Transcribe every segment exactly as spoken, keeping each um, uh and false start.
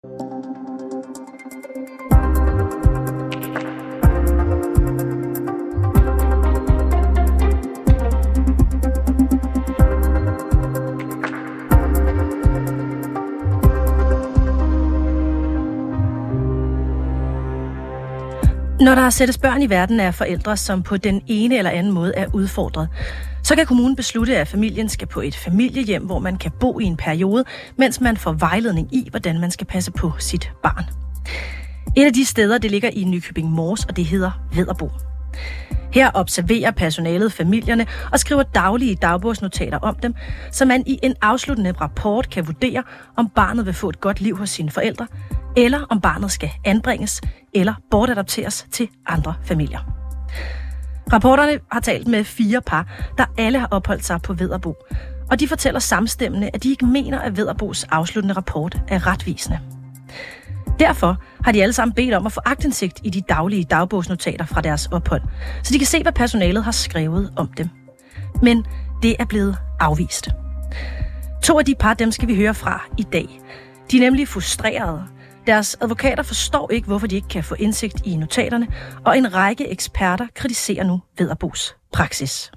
Når der sættes børn i verden af forældre, som på den ene eller anden måde er udfordret, så kan kommunen beslutte, at familien skal på et familiehjem, hvor man kan bo i en periode, mens man får vejledning i, hvordan man skal passe på sit barn. Et af de steder, det ligger i Nykøbing Mors, og det hedder Vedderbo. Her observerer personalet familierne og skriver daglige dagbogsnotater om dem, så man i en afsluttende rapport kan vurdere, om barnet vil få et godt liv hos sine forældre, eller om barnet skal anbringes eller bortadopteres til andre familier. Rapporterne har talt med fire par, der alle har opholdt sig på Vedderbo, og de fortæller samstemmende, at de ikke mener, at Vedderbos afsluttende rapport er retvisende. Derfor har de alle sammen bedt om at få aktindsigt i de daglige dagbogsnotater fra deres ophold, så de kan se, hvad personalet har skrevet om dem. Men det er blevet afvist. To af de par, dem skal vi høre fra i dag. De er nemlig frustrerede. Deres advokater forstår ikke, hvorfor de ikke kan få indsigt i notaterne, og en række eksperter kritiserer nu Vedderbos praksis.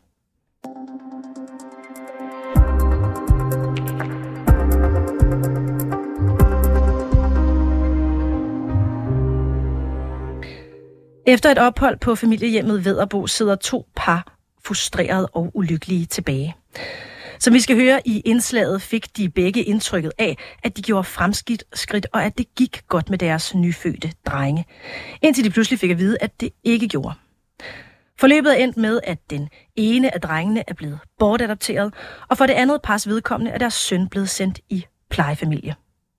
Efter et ophold på familiehjemmet Vedderbo sidder to par frustrerede og ulykkelige tilbage. Som vi skal høre i indslaget, fik de begge indtrykket af, at de gjorde fremskridt, og at det gik godt med deres nyfødte drenge. Indtil de pludselig fik at vide, at det ikke gjorde. Forløbet er endt med, at den ene af drengene er blevet bortadopteret, og for det andet pars vedkommende er deres søn blevet sendt i plejefamilie.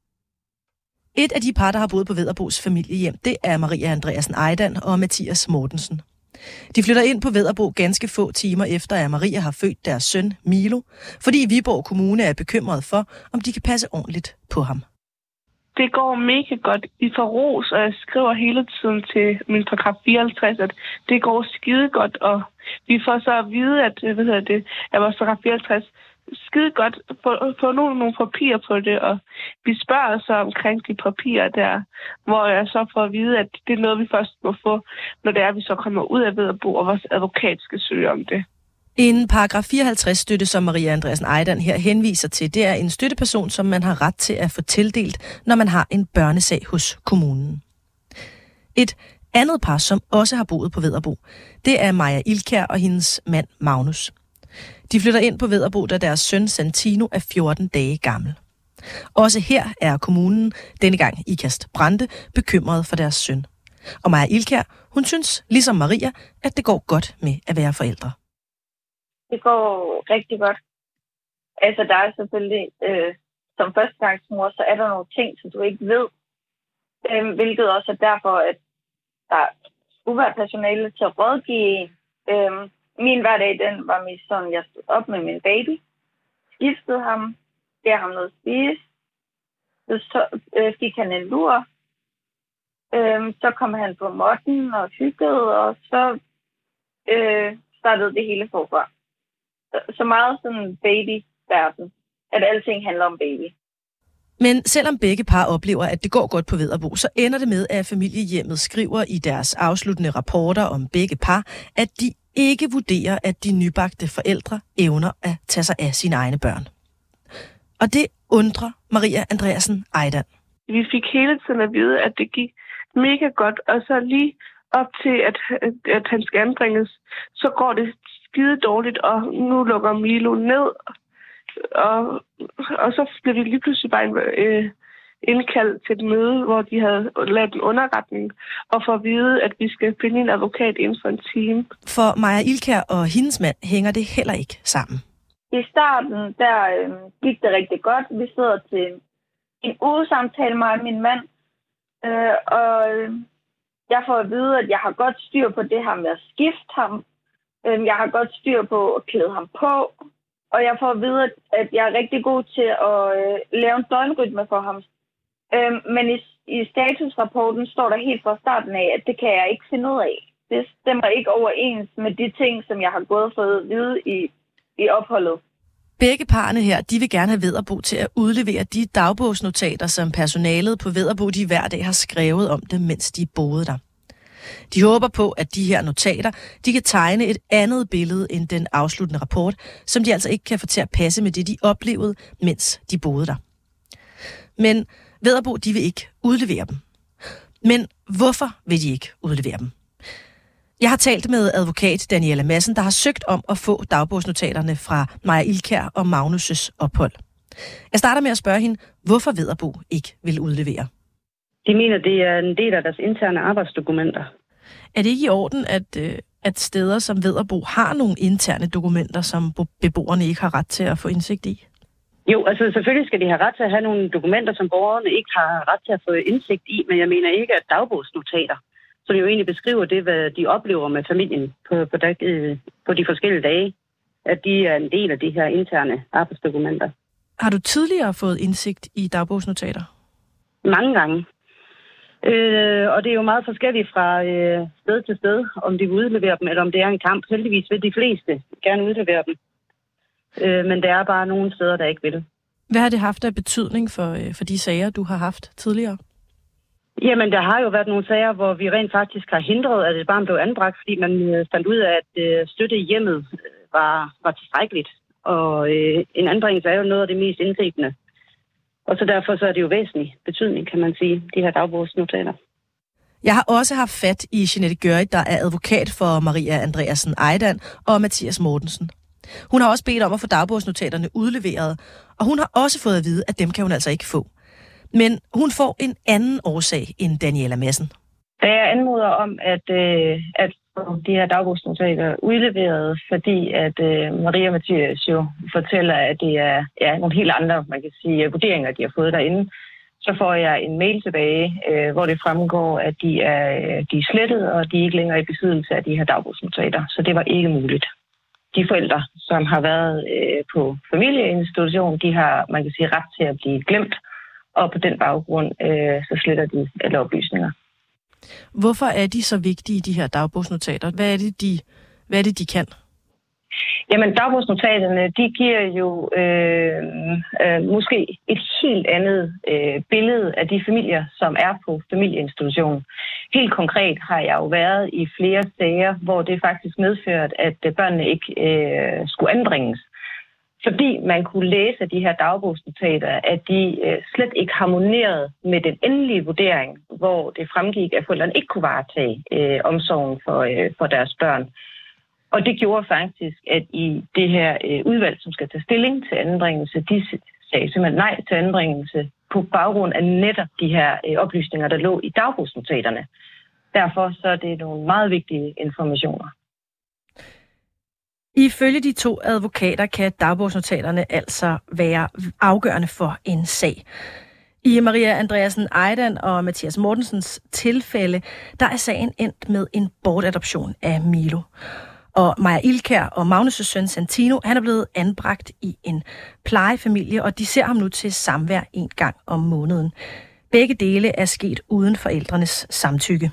Et af de par, der har boet på Vedderbos familiehjem, det er Maria Andreasen Ejdan og Mathias Mortensen. De flytter ind på Vedderbo ganske få timer efter, at Maria har født deres søn Milo, fordi Viborg Kommune er bekymret for, om de kan passe ordentligt på ham. Det går mega godt. I får ros, og jeg skriver hele tiden til min paragraf fireoghalvtreds, at det går skide godt, og vi får så at vide, at, hvad hedder det, at vores paragraf fireoghalvtreds skide godt få, få nogle, nogle papirer på det, og vi spørger så omkring de papirer der, hvor jeg så får at vide, at det er noget, vi først må få, når det er, at vi så kommer ud af Vedderbo, og vores advokat skal søge om det. En paragraf fireoghalvtreds støtte, som Maria Andreasen Ejdan her henviser til, det er en støtteperson, som man har ret til at få tildelt, når man har en børnesag hos kommunen. Et andet par, som også har boet på Vedderbo, det er Maja Ilkjær og hendes mand Magnus. De flytter ind på Vedderbo, da deres søn Santino er fjorten dage gammel. Også her er kommunen, denne gang Ikast Brande, bekymret for deres søn. Og Maja Ilkjær, hun synes, ligesom Maria, at det går godt med at være forældre. Det går rigtig godt. Altså, der er selvfølgelig, øh, som førstegangsmor, så er der nogle ting, som du ikke ved. Øh, hvilket også er derfor, at der skulle være personale til at rådgive en. Øh, min hverdag, den var mest sådan, jeg stod op med min baby, skiftede ham, gav ham noget at spise, så øh, fik han en lur, øh, så kom han på måtten og hyggede, og så øh, startede det hele forfra. Så meget sådan baby-verden, at alting handler om baby. Men selvom begge par oplever, at det går godt på Vedderbo, så ender det med, at familiehjemmet skriver i deres afsluttende rapporter om begge par, at de ikke vurderer, at de nybagte forældre evner at tage sig af sine egne børn. Og det undrer Maria Andreasen Ejdan. Vi fik hele tiden at vide, at det gik mega godt, og så lige op til, at, at han skal anbringes, så går det skide dårligt, og nu lukker Milo ned. Og, og så blev vi lige pludselig bare øh, indkaldt til et møde, hvor de havde lavet en underretning, og for at vide, at vi skal finde en advokat inden for en time. For Maja Ilkjær og hendes mand hænger det heller ikke sammen. I starten, der øh, gik det rigtig godt. Vi sidder til en ugesamtale, mig og min mand, øh, og jeg får at vide, at jeg har godt styr på det her med at skifte ham. Øh, jeg har godt styr på at klæde ham på. Og jeg får at vide, at jeg er rigtig god til at øh, lave en døgnrytme for ham. Øh, men i, i statusrapporten står der helt fra starten af, at det kan jeg ikke finde ud af. Det stemmer ikke overens med de ting, som jeg har gået og fået at vide i, i opholdet. Begge parerne her, de vil gerne have Vædderbo til at udlevere de dagbogsnotater, som personalet på Vædderbo de hver dag har skrevet om dem, mens de boede der. De håber på, at de her notater, de kan tegne et andet billede end den afsluttende rapport, som de altså ikke kan få til at passe med det, de oplevede, mens de boede der. Men Vædderbo, de vil ikke udlevere dem. Men hvorfor vil de ikke udlevere dem? Jeg har talt med advokat Daniela Madsen, der har søgt om at få dagbogsnotaterne fra Maja Ilkjær og Magnus' ophold. Jeg starter med at spørge hende, hvorfor Vædderbo ikke vil udlevere. De mener, det er en del af deres interne arbejdsdokumenter. Er det ikke i orden, at, at steder som Vædderbo har nogle interne dokumenter, som beboerne ikke har ret til at få indsigt i? Jo, altså selvfølgelig skal de have ret til at have nogle dokumenter, som borgerne ikke har ret til at få indsigt i, men jeg mener ikke, at dagbogsnotater, som jo egentlig beskriver det, hvad de oplever med familien på, på, dag, på de forskellige dage, at de er en del af de her interne arbejdsdokumenter. Har du tidligere fået indsigt i dagbogsnotater? Mange gange. Øh, og det er jo meget forskelligt fra øh, sted til sted, om de vil udlevere dem, eller om det er en kamp. Heldigvis vil de fleste gerne udlevere dem. Øh, men der er bare nogle steder, der ikke vil. Hvad har det haft af betydning for, øh, for de sager, du har haft tidligere? Jamen, der har jo været nogle sager, hvor vi rent faktisk har hindret, at et barn blev anbragt, fordi man øh, fandt ud af, at øh, støtte i hjemmet var, var tilstrækkeligt. Og øh, en anbringelse er jo noget af det mest indgribende. Og så derfor så er det jo væsentlig betydning, kan man sige, de her dagbogsnotater. Jeg har også haft fat i Jeanette Gørig, der er advokat for Maria Andreasen Ejdan og Mathias Mortensen. Hun har også bedt om at få dagbogsnotaterne udleveret, og hun har også fået at vide, at dem kan hun altså ikke få. Men hun får en anden årsag end Daniela Madsen. Da jeg anmoder om, at, øh, at få de her dagbogsnotater udleveret, fordi at øh, Maria og Mathias jo fortæller, at det er ja, nogle helt andre, man kan sige, vurderinger, de har fået derinde, så får jeg en mail tilbage, øh, hvor det fremgår, at de er, de er slettet, og de er ikke længere i besiddelse af de her dagbogsnotater. Så det var ikke muligt. De forældre, som har været øh, på familieinstitution, de har, man kan sige, ret til at blive glemt, og på den baggrund, øh, så sletter de alle oplysninger. Hvorfor er de så vigtige, de her dagbogsnotater? Hvad er det, de, hvad er det, de kan? Jamen, dagbogsnotaterne, de giver jo øh, øh, måske et helt andet øh, billede af de familier, som er på familieinstitutionen. Helt konkret har jeg jo været i flere sager, hvor det faktisk medført, at børnene ikke øh, skulle anbringes. Fordi man kunne læse af de her dagbogsnotater, at de øh, slet ikke harmonerede med den endelige vurdering, hvor det fremgik, at forældrene ikke kunne varetage øh, omsorgen for, øh, for deres børn. Og det gjorde faktisk, at i det her øh, udvalg, som skal tage stilling til anbringelse, de sagde simpelthen nej til anbringelse på baggrund af netop de her øh, oplysninger, der lå i dagbogsnotaterne. Derfor så er det nogle meget vigtige informationer. Ifølge de to advokater kan dagbogsnotaterne altså være afgørende for en sag. I Maria Andreasen Ejdan og Mathias Mortensens tilfælde, der er sagen endt med en bortadoption af Milo. Og Maja Ilkjær og Magnus' søn Santino, han er blevet anbragt i en plejefamilie, og de ser ham nu til samvær en gang om måneden. Begge dele er sket uden forældrenes samtykke.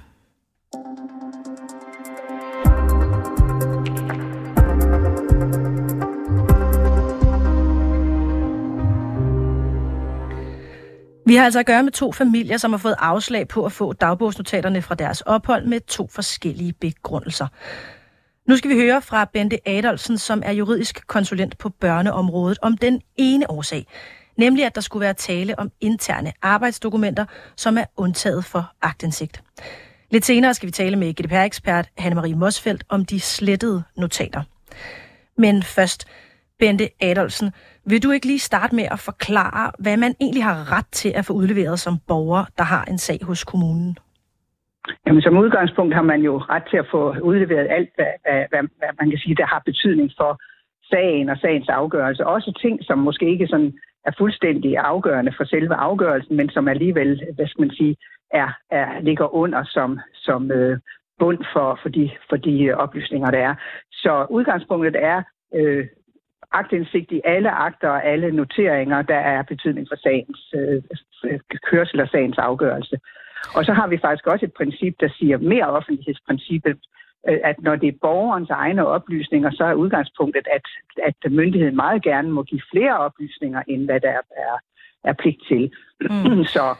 Vi har altså at gøre med to familier, som har fået afslag på at få dagbogsnotaterne fra deres ophold med to forskellige begrundelser. Nu skal vi høre fra Bente Adolfsen, som er juridisk konsulent på børneområdet, om den ene årsag, nemlig at der skulle være tale om interne arbejdsdokumenter, som er undtaget for aktindsigt. Lidt senere skal vi tale med G D P R-ekspert Hanne-Marie Mosfeldt om de slettede notater. Men først, Bente Adolfsen, vil du ikke lige starte med at forklare, hvad man egentlig har ret til at få udleveret som borger, der har en sag hos kommunen? Jamen, som udgangspunkt har man jo ret til at få udleveret alt, hvad, hvad, hvad, hvad man kan sige, der har betydning for sagen og sagens afgørelse. Også ting, som måske ikke sådan er fuldstændig afgørende for selve afgørelsen, men som alligevel, hvad skal man sige, er, er, ligger under som, som øh, bund for, for, de, for de oplysninger, der er. Så udgangspunktet er øh, aktindsigt i alle akter og alle noteringer, der er betydning for sagens øh, kørsel og sagens afgørelse. Og så har vi faktisk også et princip, der siger mere offentlighedsprincippet, at når det er borgerens egne oplysninger, så er udgangspunktet, at, at myndigheden meget gerne må give flere oplysninger, end hvad der er, er pligt til. Mm. Så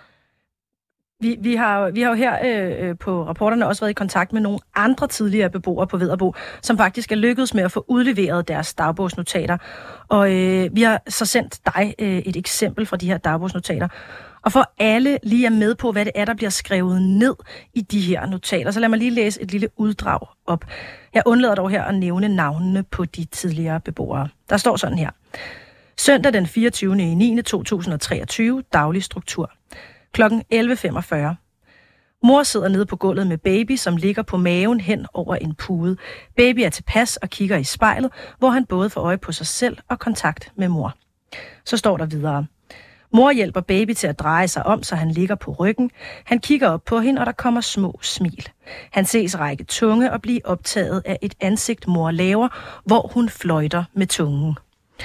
Vi, vi, har, vi har jo her øh, på rapporterne også været i kontakt med nogle andre tidligere beboere på Vedderbo, som faktisk er lykkedes med at få udleveret deres dagbogsnotater. Og øh, vi har så sendt dig øh, et eksempel fra de her dagbogsnotater. Og for alle lige er med på, hvad det er, der bliver skrevet ned i de her notater, så lad mig lige læse et lille uddrag op. Jeg undlader dog her at nævne navnene på de tidligere beboere. Der står sådan her. Søndag den fireogtyvende niende to tusind og treogtyve, daglig struktur. Klokken elleve femogfyrre. Mor sidder nede på gulvet med baby, som ligger på maven hen over en pude. Baby er tilpas og kigger i spejlet, hvor han både får øje på sig selv og kontakt med mor. Så står der videre. Mor hjælper baby til at dreje sig om, så han ligger på ryggen. Han kigger op på hende, og der kommer små smil. Han ses række tunge og blive optaget af et ansigt, mor laver, hvor hun fløjter med tungen.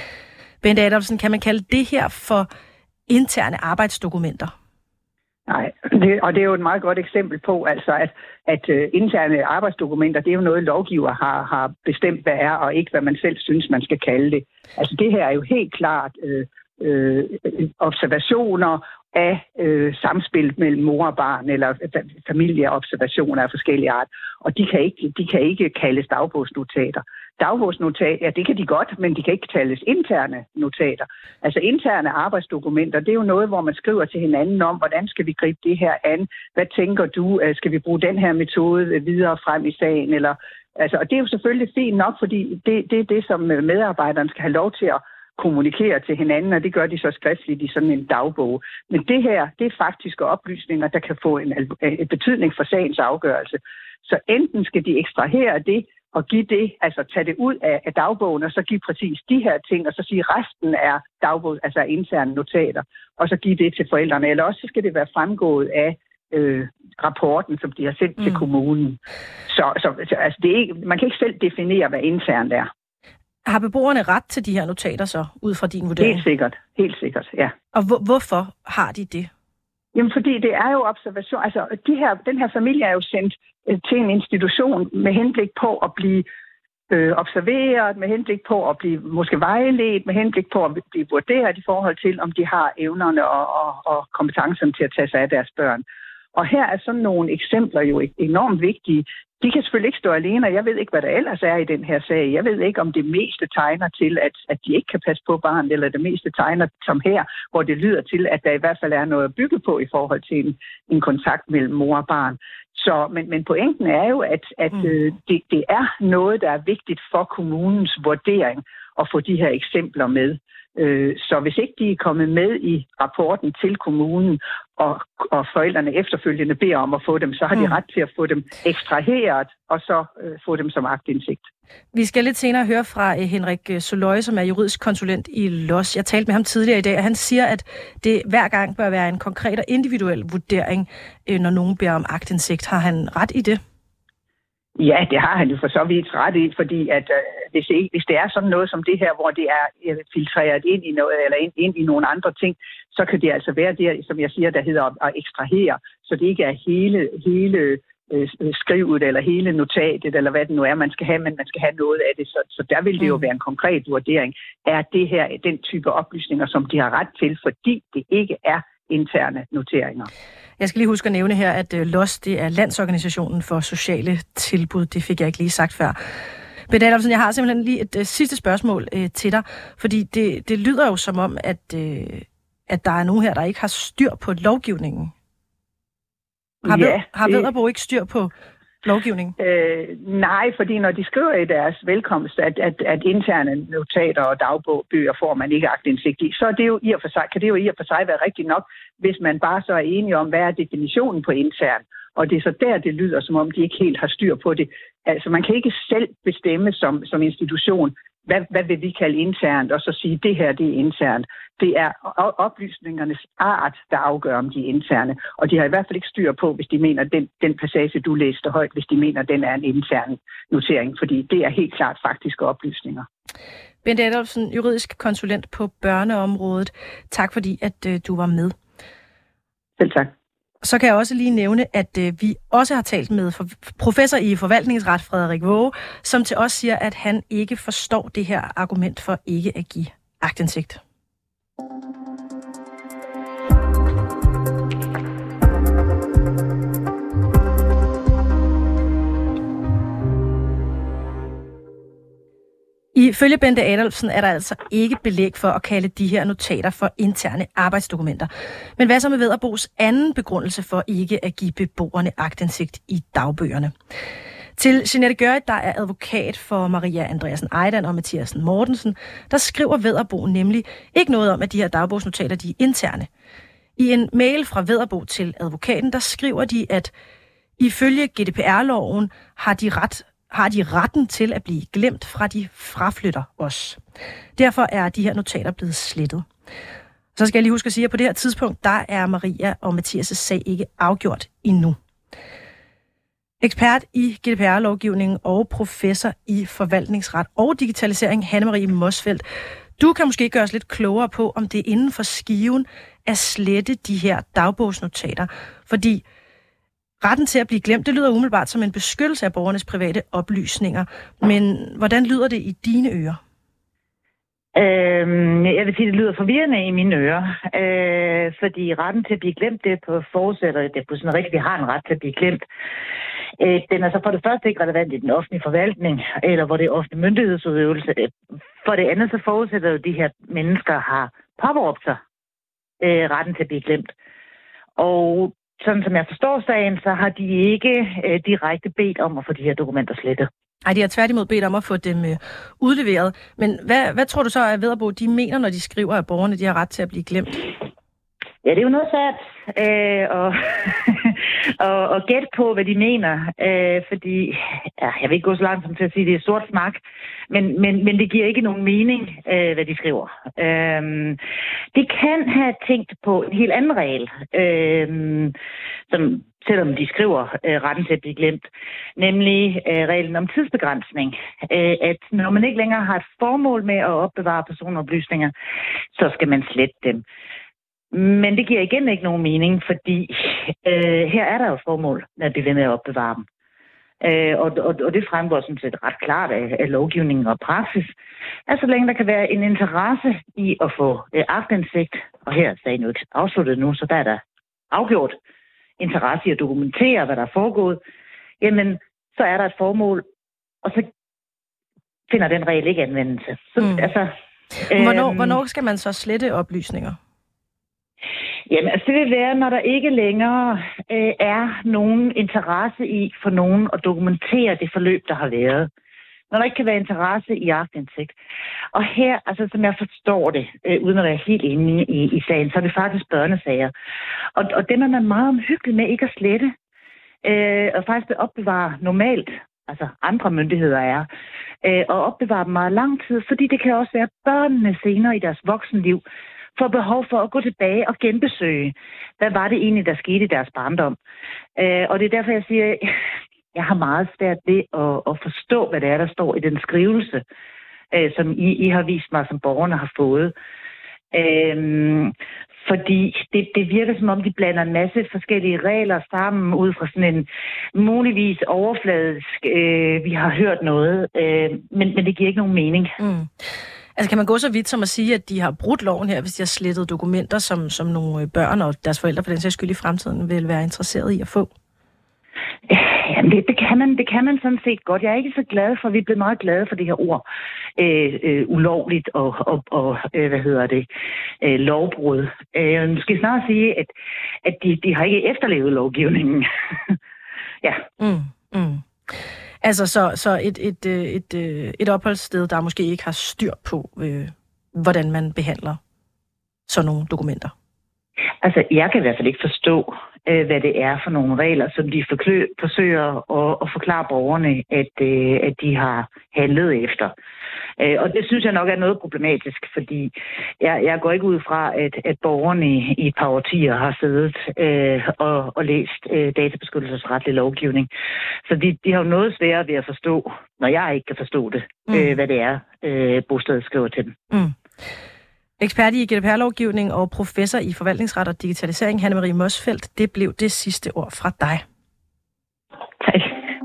Bente Adolfsen, kan man kalde det her for interne arbejdsdokumenter? Nej, det, og det er jo et meget godt eksempel på, altså at, at uh, interne arbejdsdokumenter, det er jo noget, lovgiver har, har bestemt, hvad er, og ikke hvad man selv synes, man skal kalde det. Altså det her er jo helt klart øh, øh, observationer af øh, samspil mellem mor og barn, eller familieobservationer af forskellige art, og de kan ikke, de kan ikke kaldes dagbogsnotater. Dagbogsnotater, ja, det kan de godt, men de kan ikke kaldes interne notater. Altså interne arbejdsdokumenter, det er jo noget, hvor man skriver til hinanden om, hvordan skal vi gribe det her an? Hvad tænker du? Skal vi bruge den her metode videre frem i sagen? Eller, altså, og det er jo selvfølgelig fint nok, fordi det, det er det, som medarbejderne skal have lov til at kommunikere til hinanden, og det gør de så skriftligt i sådan en dagbog. Men det her, det er faktiske oplysninger, der kan få en, en betydning for sagens afgørelse. Så enten skal de ekstrahere det, og give det, altså tage det ud af, af dagbogen, og så give præcis de her ting, og så sige, at resten er dagbog, altså interne notater, og så give det til forældrene. Eller også skal det være fremgået af øh, rapporten, som de har sendt mm. til kommunen. Så, så altså, det er ikke, man kan ikke selv definere, hvad internt er. Har beboerne ret til de her notater så, ud fra din vurdering? Helt sikkert, helt sikkert, ja. Og hvor, hvorfor har de det? Jamen, fordi det er jo observation. Altså, de her, den her familie er jo sendt øh, til en institution med henblik på at blive øh, observeret, med henblik på at blive måske vejledt, med henblik på at blive vurderet i forhold til, om de har evnerne og, og, og kompetencerne til at tage sig af deres børn. Og her er sådan nogle eksempler jo enormt vigtige. De kan selvfølgelig ikke stå alene, og jeg ved ikke, hvad der ellers er i den her sag. Jeg ved ikke, om det meste tegner til, at, at de ikke kan passe på barnet, eller det meste tegner som her, hvor det lyder til, at der i hvert fald er noget at bygge på i forhold til en, en kontakt mellem mor og barn. Så, men, men pointen er jo, at, at mm. øh, det, det er noget, der er vigtigt for kommunens vurdering at få de her eksempler med. Så hvis ikke de er kommet med i rapporten til kommunen, og, og forældrene efterfølgende beder om at få dem, så har de ret til at få dem ekstraheret, og så øh, få dem som aktindsigt. Vi skal lidt senere høre fra Henrik Soløje, som er juridisk konsulent i L O S. Jeg talte med ham tidligere i dag, og han siger, at det hver gang bør være en konkret og individuel vurdering, når nogen beder om aktindsigt. Har han ret i det? Ja, det har han jo for så vidt ret i, fordi at øh, hvis, det, hvis det er sådan noget som det her, hvor det er øh, filtreret ind i noget, eller ind, ind i nogle andre ting, så kan det altså være det, som jeg siger, der hedder at, at ekstrahere, så det ikke er hele, hele øh, skrivet, eller hele notatet, eller hvad det nu er, man skal have, men man skal have noget af det. Så, så der vil det jo være en konkret vurdering. Er det her den type oplysninger, som de har ret til, fordi det ikke er interne noteringer? Jeg skal lige huske at nævne her, at L O S, det er Landsorganisationen for Sociale Tilbud. Det fik jeg ikke lige sagt før. Bente Adolfsen, jeg har simpelthen lige et uh, sidste spørgsmål uh, til dig, fordi det, det lyder jo som om, at, uh, at der er nogen her, der ikke har styr på lovgivningen. Har, ja, har Vedderbo ikke styr på lovgivningen? Øh, nej, fordi når de skriver i deres velkomst, at, at, at interne notater og dagbøger får man ikke aktindsigt i, så er det jo i og for sig, kan det jo i og for sig være rigtigt nok, hvis man bare så er enige om, hvad er definitionen på intern. Og det er så der, det lyder, som om de ikke helt har styr på det. Altså, man kan ikke selv bestemme som, som institution, hvad, hvad vil vi kalde internt, og så sige, det her, det er internt. Det er oplysningernes art, der afgør, om de er interne. Og de har i hvert fald ikke styr på, hvis de mener, den, den passage, du læste højt, hvis de mener, den er en intern notering. Fordi det er helt klart faktiske oplysninger. Bente Adolfsen, juridisk konsulent på børneområdet. Tak fordi, at øh, du var med. Selv tak. Så kan jeg også lige nævne, at øh, vi også har talt med for, professor i forvaltningsret Frederik Waage, som til os siger, at han ikke forstår det her argument for ikke at give aktindsigt. Ifølge Bente Adolfsen er der altså ikke belæg for at kalde de her notater for interne arbejdsdokumenter. Men hvad så med Vædderbos anden begrundelse for ikke at give beboerne aktindsigt i dagbøgerne? Til Jeanette Gørit, der er advokat for Maria Andreasen Ejdan og Mathiasen Mortensen, der skriver Vædderbo nemlig ikke noget om, at de her dagbogsnotater de er interne. I en mail fra Vædderbo til advokaten, der skriver de, at ifølge G D P R-loven har de ret har de retten til at blive glemt, fra de fraflytter os. Derfor er de her notater blevet slettet. Så skal jeg lige huske at sige, at på det her tidspunkt, der er Maria og Mathias' sag ikke afgjort endnu. Ekspert i G D P R-lovgivningen og professor i forvaltningsret og digitalisering, Hanne-Marie Mosfeldt. Du kan måske gøre os lidt klogere på, om det er inden for skiven at slette de her dagbogsnotater, fordi retten til at blive glemt, det lyder umiddelbart som en beskyttelse af borgernes private oplysninger. Men hvordan lyder det i dine ører? Øhm, jeg vil sige, det lyder forvirrende i mine ører. Øh, fordi retten til at blive glemt, det på forudsætter, det er på sådan rigtigt, vi har en ret til at blive glemt. Øh, den er så for det første ikke relevant i den offentlige forvaltning, eller hvor det er offentlig myndighedsudøvelse. For det andet så forudsætter jo, at de her mennesker har påberåbt sig øh, retten til at blive glemt. Og sådan som jeg forstår sagen, så har de ikke øh, direkte bedt om at få de her dokumenter slettet. Nej, de har tværtimod bedt om at få dem øh, udleveret. Men hvad, hvad tror du så, at Vædderbo de mener, når de skriver, at borgerne de har ret til at blive glemt? Ja, det er jo noget svært øh, og, og, og gætte på, hvad de mener. Øh, fordi, ja, jeg vil ikke gå så langt som til at sige, at det er sort snak. Men, men, men det giver ikke nogen mening, øh, hvad de skriver. Øh, de kan have tænkt på en helt anden regel, øh, som, selvom de skriver øh, retten til at blive glemt. Nemlig øh, reglen om tidsbegrænsning. Øh, at når man ikke længere har et formål med at opbevare personoplysninger, så skal man slette dem. Men det giver igen ikke nogen mening, fordi øh, her er der jo formål, når de vil med at opbevare dem. Øh, og, og, og det fremgår sådan set ret klart af, af lovgivningen og praksis. Altså længe der kan være en interesse i at få øh, aktindsigt, og her er sagen jo ikke afsluttet nu, så der er der afgjort interesse i at dokumentere, hvad der er foregået, jamen så er der et formål, og så finder den regel ikke anvendelse. Så, mm. altså, øh, hvornår, hvornår skal man så slette oplysninger? Jamen, altså det vil være, når der ikke længere øh, er nogen interesse i for nogen at dokumentere det forløb, der har været. Når der ikke kan være interesse i aktindsigt. Og her, altså som jeg forstår det, øh, uden at være helt inde i, i sagen, så er det faktisk børnesager. Og, og dem er man meget omhyggelig med ikke at slette. Øh, og faktisk at opbevare normalt, altså andre myndigheder er, øh, og opbevare dem meget lang tid, fordi det kan også være børnene senere i deres voksenliv, får behov for at gå tilbage og genbesøge, hvad var det egentlig, der skete i deres barndom. Øh, og det er derfor, jeg siger, jeg har meget svært ved at, at forstå, hvad det er, der står i den skrivelse, øh, som I, I har vist mig, som borgerne har fået. Øh, fordi det, det virker, som om de blander en masse forskellige regler sammen, ud fra sådan en muligvis overfladisk, øh, vi har hørt noget, øh, men, men det giver ikke nogen mening. Mm. Altså kan man gå så vidt som at sige, at de har brudt loven her, hvis de har slettet dokumenter, som, som nogle børn og deres forældre for den sags skyld i fremtiden vil være interesseret i at få? Jamen det, det, kan man, det kan man sådan set godt. Jeg er ikke så glad for, vi er blevet meget glade for det her ord. Øh, øh, ulovligt og, og, og øh, hvad hedder det, øh, lovbrud. Øh, nu skal jeg snart sige, at, at de, de har ikke efterlevet lovgivningen. ja. Mm, mm. Altså så, så et, et, et, et, et opholdssted, der måske ikke har styr på, øh, hvordan man behandler sådan nogle dokumenter? Altså, jeg kan i hvert fald ikke forstå, øh, hvad det er for nogle regler, som de forklø- forsøger at, at forklare borgerne, at, øh, at de har handlet efter. Øh, og det synes jeg nok er noget problematisk, fordi jeg, jeg går ikke ud fra, at, at borgerne i, i et par årtier har siddet øh, og, og læst øh, databeskyttelsesretlig lovgivning. Så de, de har jo noget sværere ved at forstå, når jeg ikke kan forstå det, mm. øh, hvad det er, øh, bostedet skriver til dem. Mm. Ekspert i G D P R-lovgivning og professor i forvaltningsret og digitalisering, Hanne-Marie Motzfeldt, det blev det sidste ord fra dig. Tak.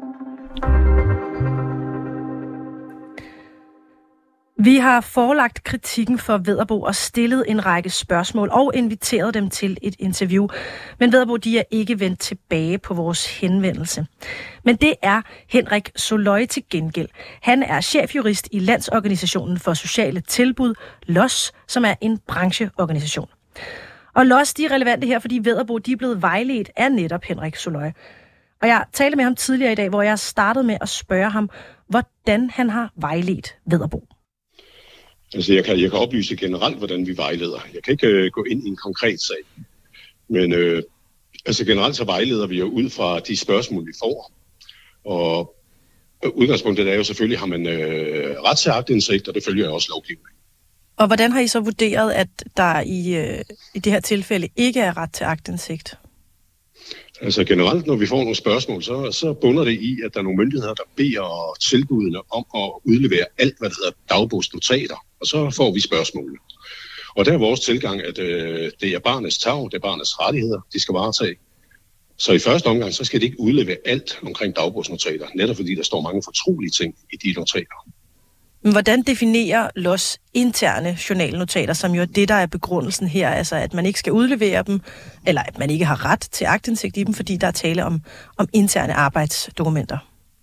Vi har forelagt kritikken for Vædderbo og stillet en række spørgsmål og inviteret dem til et interview. Men Vædderbo, de er ikke vendt tilbage på vores henvendelse. Men det er Henrik Soløj til gengæld. Han er chefjurist i Landsorganisationen for Sociale Tilbud, L O S, som er en brancheorganisation. Og L O S, de er relevante her, fordi Vædderbo, de er blevet vejledt af netop Henrik Soløj. Og jeg talte med ham tidligere i dag, hvor jeg startede med at spørge ham, hvordan han har vejledt Vædderbo. Altså, jeg kan, jeg kan oplyse generelt, hvordan vi vejleder. Jeg kan ikke øh, gå ind i en konkret sag. Men øh, altså generelt så vejleder vi jo ud fra de spørgsmål, vi får. Og udgangspunktet er jo selvfølgelig, har man øh, ret til aktindsigt, og det følger også lovgivning. Og hvordan har I så vurderet, at der i, øh, i det her tilfælde ikke er ret til aktindsigt? Altså generelt, når vi får nogle spørgsmål, så, så bunder det i, at der er nogle myndigheder, der beder tilbudene om at udlevere alt, hvad der hedder dagbogsnotater. Og så får vi spørgsmålene. Og der er vores tilgang, at øh, det er barnets tarv, det er barnets rettigheder, de skal varetage. Så i første omgang, så skal de ikke udlevere alt omkring dagbogsnotater, netop fordi der står mange fortrolige ting i de notater. Men hvordan definerer L O S interne journalnotater, som jo er det, der er begrundelsen her, altså at man ikke skal udlevere dem, eller at man ikke har ret til aktindsigt i dem, fordi der er tale om, om interne arbejdsdokumenter?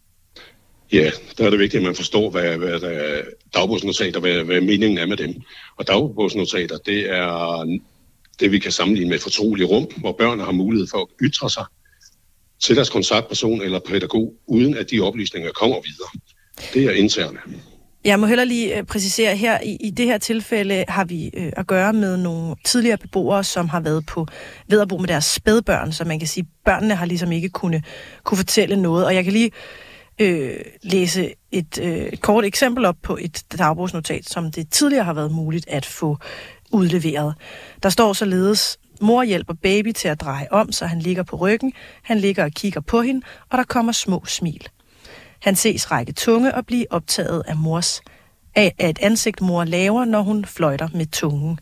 Ja, der er det vigtigt, at man forstår, hvad, hvad der dagbogsnotater, hvad, hvad meningen er med dem. Og dagbogsnotater, det er det, vi kan sammenligne med fortrolige rum, hvor børn har mulighed for at ytre sig til deres kontaktperson eller pædagog, uden at de oplysninger kommer videre. Det er interne. Jeg må heller lige præcisere her, i, i det her tilfælde har vi øh, at gøre med nogle tidligere beboere, som har været på Vædderbo med deres spædbørn, så man kan sige, at børnene har ligesom ikke kunne, kunne fortælle noget. Og jeg kan lige øh, læse et, øh, et kort eksempel op på et dagbogsnotat, som det tidligere har været muligt at få udleveret. Der står således: mor hjælper baby til at dreje om, så han ligger på ryggen. Han ligger og kigger på hende, og der kommer små smil. Han ses række tunge og blive optaget af mors af et ansigt, mor laver, når hun fløjter med tungen.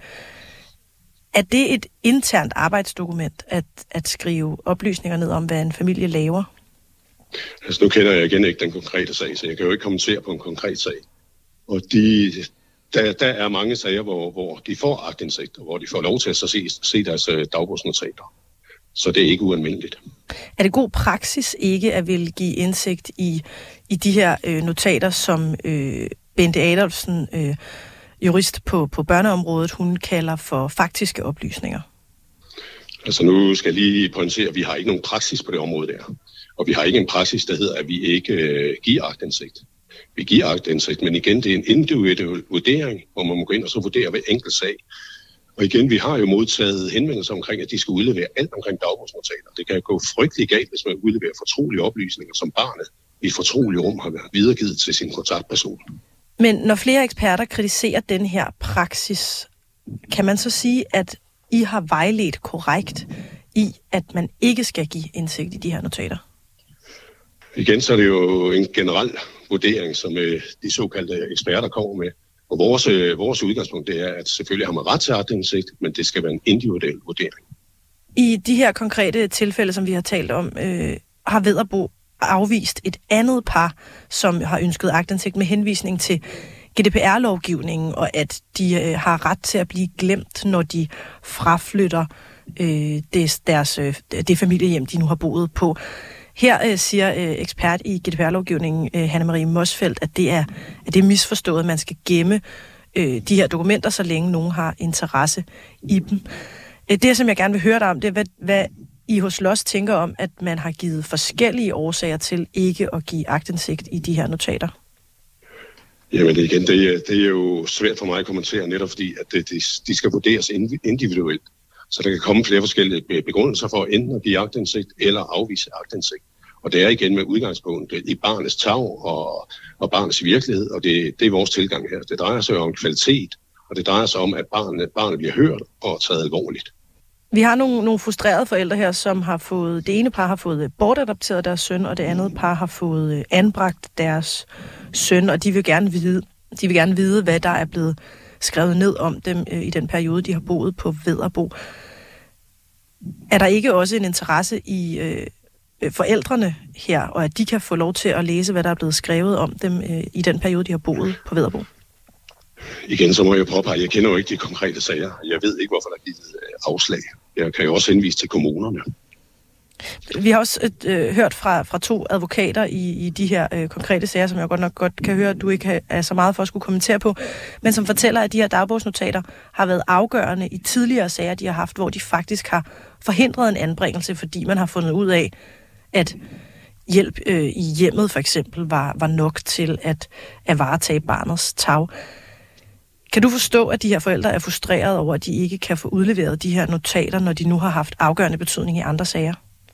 Er det et internt arbejdsdokument at, at skrive oplysninger ned om, hvad en familie laver? Altså nu kender jeg igen ikke den konkrete sag, så jeg kan jo ikke kommentere på en konkret sag. Og de, der, der er mange sager, hvor, hvor de får aktindsigt, og hvor de får lov til at se, se deres dagbogsnotater. Så det er ikke ualmindeligt. Er det god praksis ikke at vil give indsigt i, i de her øh, notater, som øh, Bente Adolfsen, øh, jurist på, på børneområdet, hun kalder for faktiske oplysninger? Altså nu skal jeg lige pointere, at vi har ikke nogen praksis på det område der. Og vi har ikke en praksis, der hedder, at vi ikke øh, giver aktindsigt. Vi giver aktindsigt, men igen, det er en individuel vurdering, hvor man må gå ind og så vurdere hver enkelt sag. Og igen, vi har jo modtaget henvendelser omkring, at de skal udlevere alt omkring dagbogsnotater. Det kan gå frygtelig galt, hvis man udleverer fortrolige oplysninger, som barnet i et fortroligt rum har været videregivet til sin kontaktperson. Men når flere eksperter kritiserer den her praksis, kan man så sige, at I har vejledt korrekt i, at man ikke skal give indsigt i de her notater? Igen, så er det jo en generel vurdering, som de såkaldte eksperter kommer med. Og vores, vores udgangspunkt det er, at selvfølgelig har man ret til aktindsigt, men det skal være en individuel vurdering. I de her konkrete tilfælde, som vi har talt om, øh, har Vædderbo afvist et andet par, som har ønsket aktindsigt med henvisning til G D P R-lovgivningen, og at de øh, har ret til at blive glemt, når de fraflytter øh, det, deres, øh, det familiehjem, de nu har boet på. Her øh, siger øh, ekspert i G D P R-lovgivningen, øh, Hanne-Marie Motzfeldt, at det er, at det er misforstået, at man skal gemme øh, de her dokumenter, så længe nogen har interesse i dem. Øh, det, som jeg gerne vil høre dig om, det er, hvad, hvad I hos L O S tænker om, at man har givet forskellige årsager til ikke at give aktindsigt i de her notater. Jamen det, igen, det, er, det er jo svært for mig at kommentere, netop fordi at det, de, de skal vurderes individuelt. Så der kan komme flere forskellige begrundelser for enten at give aktindsigt eller afvise aktindsigt. Og det er igen med udgangspunkt i barnets tarv og, og barnets virkelighed, og det, det er vores tilgang her. Det drejer sig om kvalitet, og det drejer sig om, at barnet, barnet bliver hørt og taget alvorligt. Vi har nogle, nogle frustrerede forældre her, som har fået, det ene par har fået bortadopteret deres søn, og det andet par har fået anbragt deres søn, og de vil gerne vide, de vil gerne vide, hvad der er blevet skrevet ned om dem øh, i den periode, de har boet på Vedderbo. Er der ikke også en interesse i øh, forældrene her, og at de kan få lov til at læse, hvad der er blevet skrevet om dem øh, i den periode, de har boet på Vedderbo? Igen, så må jeg påpege, at jeg kender jo ikke de konkrete sager. Jeg ved ikke, hvorfor der er givet afslag. Jeg kan jo også henvise til kommunerne. Vi har også øh, hørt fra, fra to advokater i, i de her øh, konkrete sager, som jeg godt nok godt kan høre, at du ikke er så meget for at skulle kommentere på, men som fortæller, at de her dagbogsnotater har været afgørende i tidligere sager, de har haft, hvor de faktisk har forhindret en anbringelse, fordi man har fundet ud af, at hjælp øh, i hjemmet for eksempel var, var nok til at, at varetage barnets tarv. Kan du forstå, at de her forældre er frustrerede over, at de ikke kan få udleveret de her notater, når de nu har haft afgørende betydning i andre sager?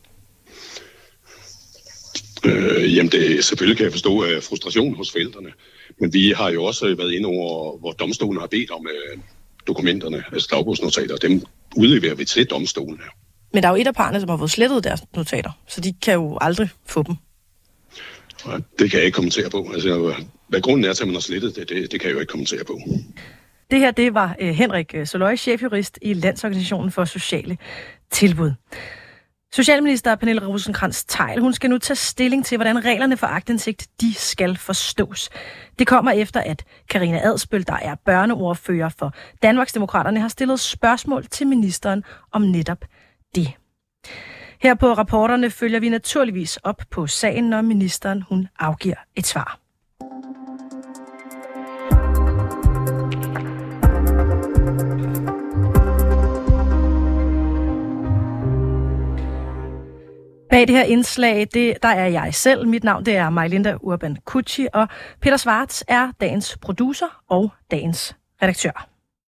Øh, jamen, det, selvfølgelig kan jeg forstå uh, frustrationen hos forældrene. Men vi har jo også været inde over, hvor domstolen har bedt om uh, dokumenterne, altså dagbogsnotater. Dem udleverer vi til domstolen her. Men der er jo et af parerne, som har fået slettet deres notater, så de kan jo aldrig få dem. Ja, det kan jeg ikke kommentere på. Altså, hvad grunden er til, at man har slettet det, det, det kan jeg jo ikke kommentere på. Det her, det var uh, Henrik Soløj, chefjurist i Landsorganisationen for Sociale Tilbud. Socialminister Pernille Rosenkrantz-Theil, hun skal nu tage stilling til, hvordan reglerne for aktindsigt, de skal forstås. Det kommer efter, at Karina Adsbøl, der er børneordfører for Danmarksdemokraterne, har stillet spørgsmål til ministeren om netop det. Her på Rapporterne følger vi naturligvis op på sagen, når ministeren hun afgiver et svar. Bag det her indslag, det, der er jeg selv. Mit navn det er Majlinda Urban Kutschi, og Peter Schwartz er dagens producer og dagens redaktør.